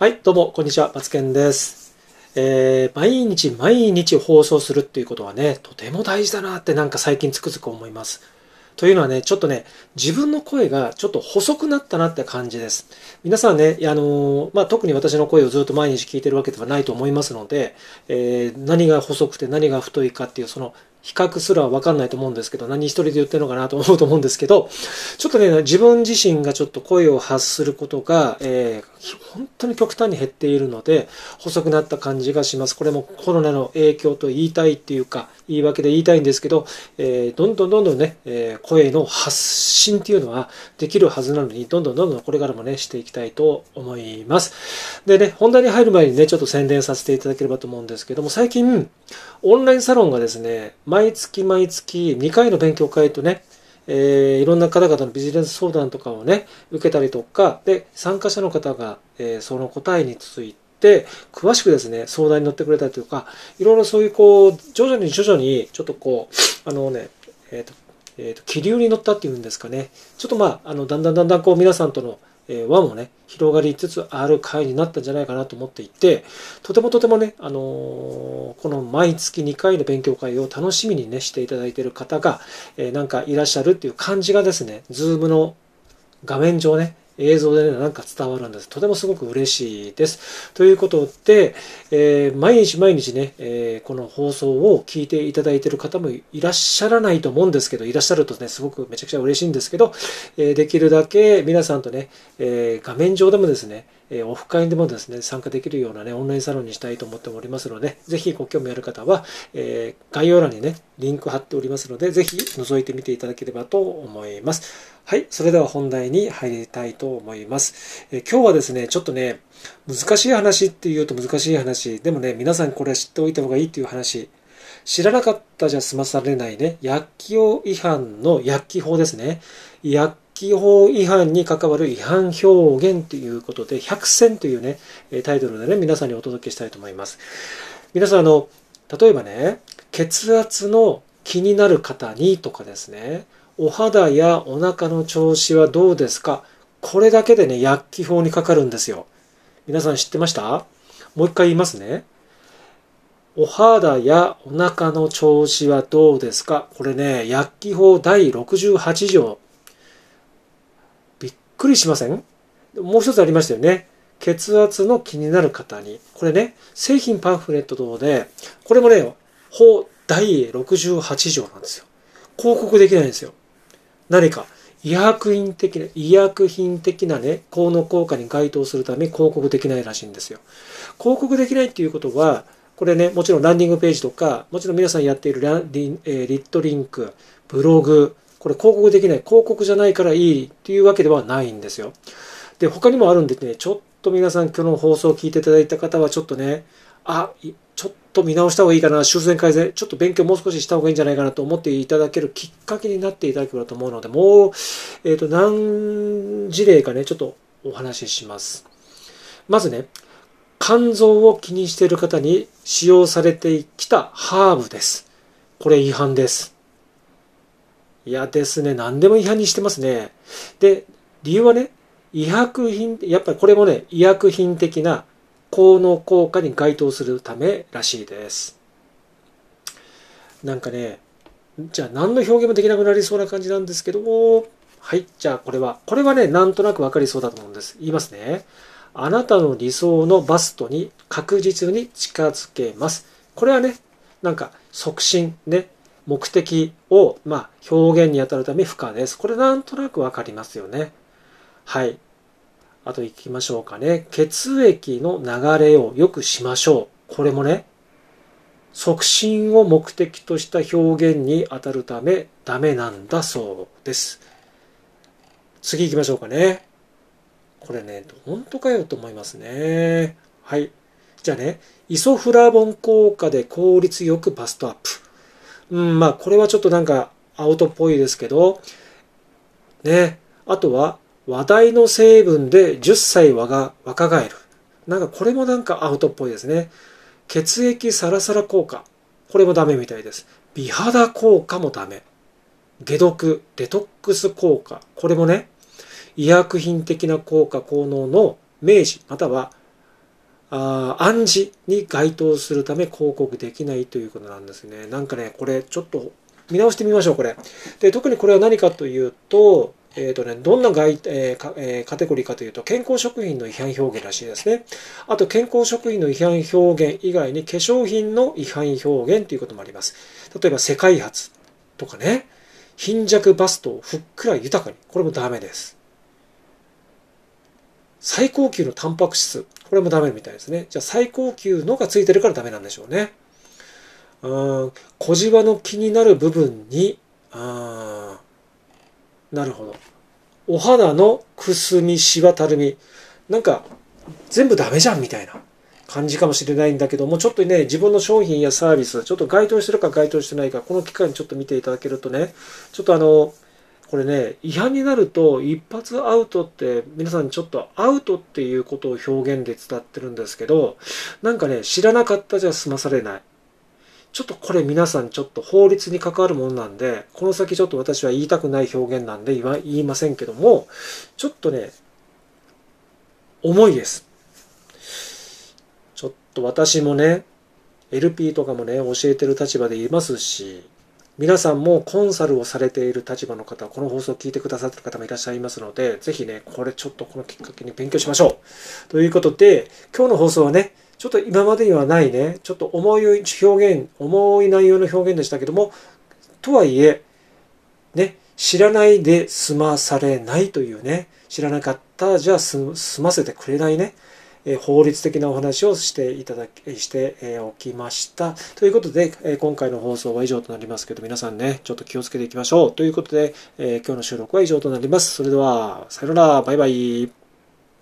はい、どうも、こんにちは。マツケンです。毎日毎日放送するっていうことはね、とても大事だなって最近つくづく思います。というのはね、ちょっとね、自分の声がちょっと細くなったなって感じです。皆さんね、特に私の声をずっと毎日聞いてるわけではないと思いますので、何が細くて何が太いかっていうその比較すらわかんないと思うんですけど、何一人で言ってるのかなと思うと思うんですけど、ちょっとね、自分自身がちょっと声を発することが、本当に極端に減っているので、細くなった感じがします。これもコロナの影響と言いたいっていうか、言い訳で言いたいんですけど、どんどんね、声の発信っていうのはできるはずなのに、どんどんこれからもね、していきたいと思います。でね、本題に入る前にね、ちょっと宣伝させていただければと思うんですけども、最近、オンラインサロンがですね、毎月2回の勉強会とね、いろんな方々のビジネス相談とかをね、受けたりとか、で、参加者の方が、その答えについて、詳しくですね、相談に乗ってくれたりとか、いろいろそういう徐々にちょっと気流に乗ったっていうんですかね、ちょっとだんだん皆さんとの輪もね、広がりつつある回になったんじゃないかなと思っていて、とてもね、この毎月2回の勉強会を楽しみにね、していただいている方が、いらっしゃるっていう感じがですね、ズームの画面上ね、映像でね、伝わるんです。とてもすごく嬉しいです。ということで、毎日ね、この放送を聞いていただいている方もいらっしゃらないと思うんですけど、いらっしゃるとね、すごくめちゃくちゃ嬉しいんですけど、できるだけ皆さんとね、画面上でもですね、オフ会でもですね、参加できるようなね、オンラインサロンにしたいと思っておりますので、ぜひご興味ある方は、概要欄にね、リンク貼っておりますので、ぜひ覗いてみていただければと思います。はい、それでは本題に入りたいと思います。今日はですね、ちょっとね、難しい話っていうと難しい話、でもね、皆さんこれは知っておいた方がいいっていう話、知らなかったじゃ済まされないね、薬機法違反の薬機法ですね。薬機法違反に関わる違反表現ということで、100選というね、タイトルでね、皆さんにお届けしたいと思います。皆さん、例えばね、血圧の気になる方にとかですね、お肌やお腹の調子はどうですか？これだけでね、薬機法にかかるんですよ。皆さん知ってました？もう一回言いますね。お肌やお腹の調子はどうですか？これね、薬機法第68条。びっくりしません？もう一つありましたよね。血圧の気になる方に。これね、製品パンフレット等で、これもね、法第68条なんですよ。広告できないんですよ。何か医薬品的なね、効能効果に該当するため広告できないらしいんですよ。広告できないっていうことは、これね、もちろんランディングページとか、もちろん皆さんやっているリットリンク、ブログ、これ広告できない、広告じゃないからいいっていうわけではないんですよ。で、他にもあるんでね、ちょっと皆さん今日の放送を聞いていただいた方はちょっとね、ちょっと見直した方がいいかな、修正改善、ちょっと勉強もう少しした方がいいんじゃないかなと思っていただけるきっかけになっていただければと思うので、もう、何事例かね、ちょっとお話しします。まずね、肝臓を気にしている方に使用されてきたハーブです。これ違反です。いやですね、何でも違反にしてますね。で、理由はね、やっぱりこれもね、医薬品的な効能効果に該当するためらしいです。じゃあ何の表現もできなくなりそうな感じなんですけど、はい、じゃあこれはね、なんとなくわかりそうだと思うんです。言いますね。あなたの理想のバストに確実に近づけます。これはね、促進ね、目的を、表現に当たるため不可です。これなんとなくわかりますよね。はい。あと行きましょうかね。血液の流れを良くしましょう。これもね、促進を目的とした表現に当たるためダメなんだそうです。次行きましょうかね。これね、本当かよと思いますね。はい。じゃあね、イソフラボン効果で効率よくバストアップ。これはちょっとアウトっぽいですけど、ね。あとは、話題の成分で10歳若返る。これもアウトっぽいですね。血液サラサラ効果。これもダメみたいです。美肌効果もダメ。解毒、デトックス効果。これもね、医薬品的な効果効能の明示、または暗示に該当するため広告できないということなんですね。なんかね、これちょっと見直してみましょう、これ。で、特にこれは何かというと、どんなカテゴリーかというと、健康食品の違反表現らしいですね。あと、健康食品の違反表現以外に化粧品の違反表現ということもあります。例えば、世界初とかね、貧弱バストをふっくら豊かに。これもダメです。最高級のタンパク質。これもダメみたいですね。じゃあ、最高級のがついてるからダメなんでしょうね。小じわの気になる部分に、なるほど。お肌のくすみ、しわ、たるみ。なんか、全部ダメじゃんみたいな感じかもしれないんだけども、ちょっとね、自分の商品やサービス、ちょっと該当してるか該当してないか、この機会にちょっと見ていただけるとね、ちょっとこれね、違反になると一発アウトって、皆さんちょっとアウトっていうことを表現で伝ってるんですけど、なんかね、知らなかったじゃ済まされない。ちょっとこれ皆さんちょっと法律に関わるものなんで、この先ちょっと私は言いたくない表現なんで言いませんけども、ちょっとね、重いです。ちょっと私もね、LP とかもね、教えてる立場でいますし、皆さんもコンサルをされている立場の方、この放送を聞いてくださっている方もいらっしゃいますので、ぜひね、これちょっとこのきっかけに勉強しましょう。ということで、今日の放送はね、ちょっと今までにはないね、ちょっと重い内容の表現でしたけども、とはいえ、ね、知らないで済まされないというね、知らなかったじゃ済ませてくれないね、法律的なお話をしておきました。ということで、今回の放送は以上となりますけど、皆さんね、ちょっと気をつけていきましょう。ということで、今日の収録は以上となります。それでは、さよなら、バイバイ。